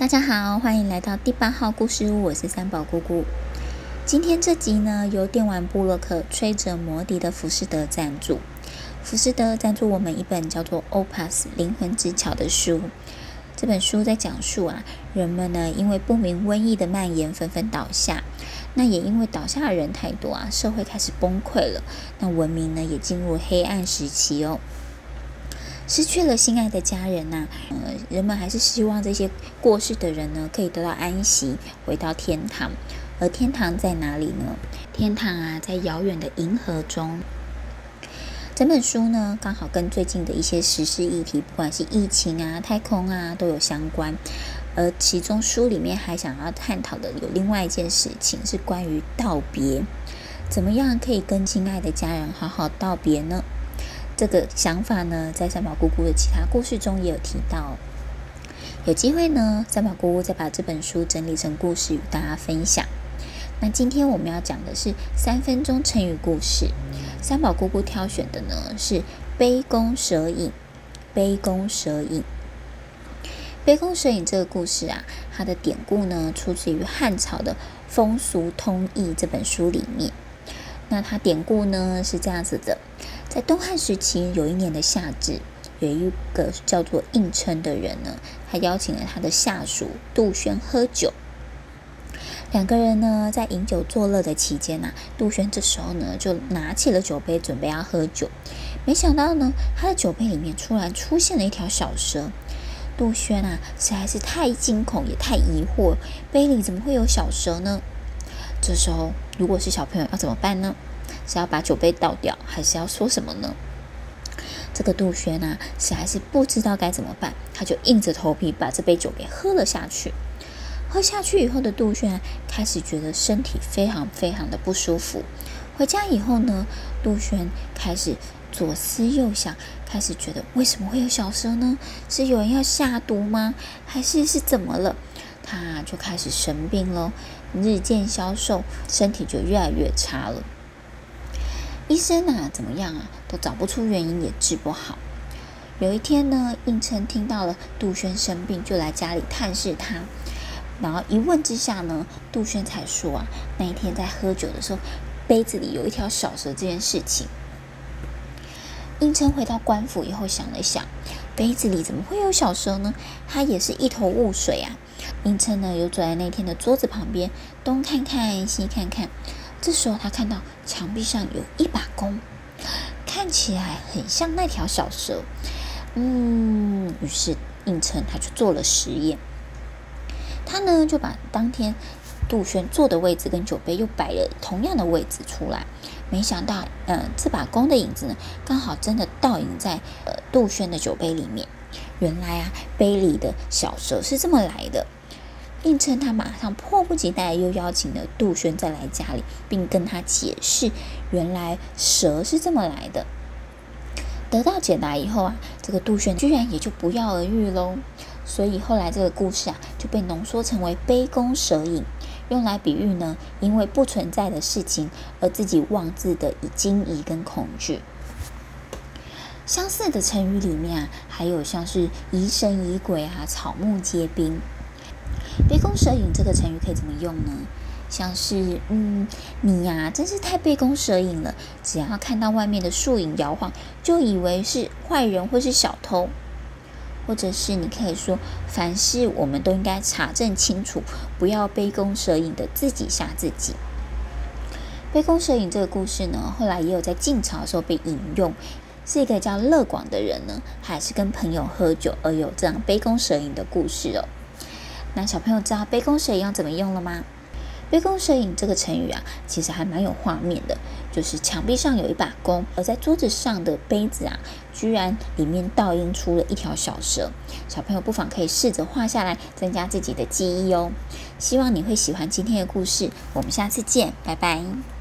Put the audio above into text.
大家好，欢迎来到第8号故事屋，我是三宝姑姑。今天这集呢，由电玩部落客吹着魔笛的浮士德赞助。浮士德赞助我们一本叫做《Opus 灵魂之桥》的书。这本书在讲述人们呢因为不明瘟疫的蔓延纷纷倒下，那也因为倒下的人太多社会开始崩溃了，那文明呢也进入黑暗时期哦。失去了心爱的家人人们还是希望这些过世的人呢可以得到安息，回到天堂。而天堂在哪里呢？天堂在遥远的银河中。整本书呢刚好跟最近的一些时事议题，不管是疫情太空都有相关。而其中书里面还想要探讨的有另外一件事情，是关于道别。怎么样可以跟亲爱的家人好好道别呢？这个想法呢，在三宝姑姑的其他故事中也有提到。有机会呢，三宝姑姑再把这本书整理成故事与大家分享。那今天我们要讲的是3分钟成语故事。三宝姑姑挑选的呢是杯弓蛇影。杯弓蛇影，杯弓蛇影这个故事它的典故呢出自于汉朝的《风俗通义》这本书里面。那它典故呢是这样子的：在东汉时期，有一年的夏至，有一个叫做应琛的人呢，他邀请了他的下属杜轩喝酒。两个人呢在饮酒作乐的期间杜轩这时候呢就拿起了酒杯，准备要喝酒。没想到呢，他的酒杯里面突然出现了一条小蛇。杜轩实在是太惊恐也太疑惑，杯里怎么会有小蛇呢？这时候如果是小朋友要怎么办呢？是要把酒杯倒掉，还是要说什么呢？这个杜轩实在是不知道该怎么办，他就硬着头皮把这杯酒给喝了下去。喝下去以后的杜轩开始觉得身体非常非常的不舒服。回家以后呢，杜轩开始左思右想，开始觉得为什么会有小蛇呢？是有人要下毒吗？还是怎么了？他就开始生病了，日渐消瘦，身体就越来越差了。医生怎么样都找不出原因，也治不好。有一天呢，应琛听到了杜轩生病，就来家里探视他。然后一问之下呢，杜轩才说那一天在喝酒的时候，杯子里有一条小蛇这件事情。应琛回到官府以后想了想，杯子里怎么会有小蛇呢？他也是一头雾水应琛呢又坐在那天的桌子旁边，东看看西看看。这时候他看到墙壁上有一把弓，看起来很像那条小蛇。于是应琛他就做了实验。他呢就把当天杜轩坐的位置跟酒杯又摆了同样的位置出来。没想到这把弓的影子呢，刚好真的倒影在杜轩的酒杯里面。原来杯里的小蛇是这么来的。应琛他马上迫不及待又邀请了杜轩再来家里，并跟他解释原来蛇是这么来的。得到解答以后这个杜轩居然也就不药而愈咯。所以后来这个故事就被浓缩成为杯弓蛇影，用来比喻呢因为不存在的事情而自己妄自的惊疑跟恐惧。相似的成语里面还有像是疑神疑鬼草木皆兵。杯弓蛇影这个成语可以怎么用呢？像是你真是太杯弓蛇影了，只要看到外面的树影摇晃，就以为是坏人或是小偷。或者是你可以说，凡事我们都应该查证清楚，不要杯弓蛇影的自己吓自己。杯弓蛇影这个故事呢，后来也有在晋朝的时候被引用，是一个叫乐广的人呢，还是跟朋友喝酒而有这样杯弓蛇影的故事哦。那小朋友知道杯弓蛇影要怎么用了吗？杯弓蛇影这个成语其实还蛮有画面的，就是墙壁上有一把弓，而在桌子上的杯子居然里面倒映出了一条小蛇。小朋友不妨可以试着画下来，增加自己的记忆哦。希望你会喜欢今天的故事，我们下次见，拜拜。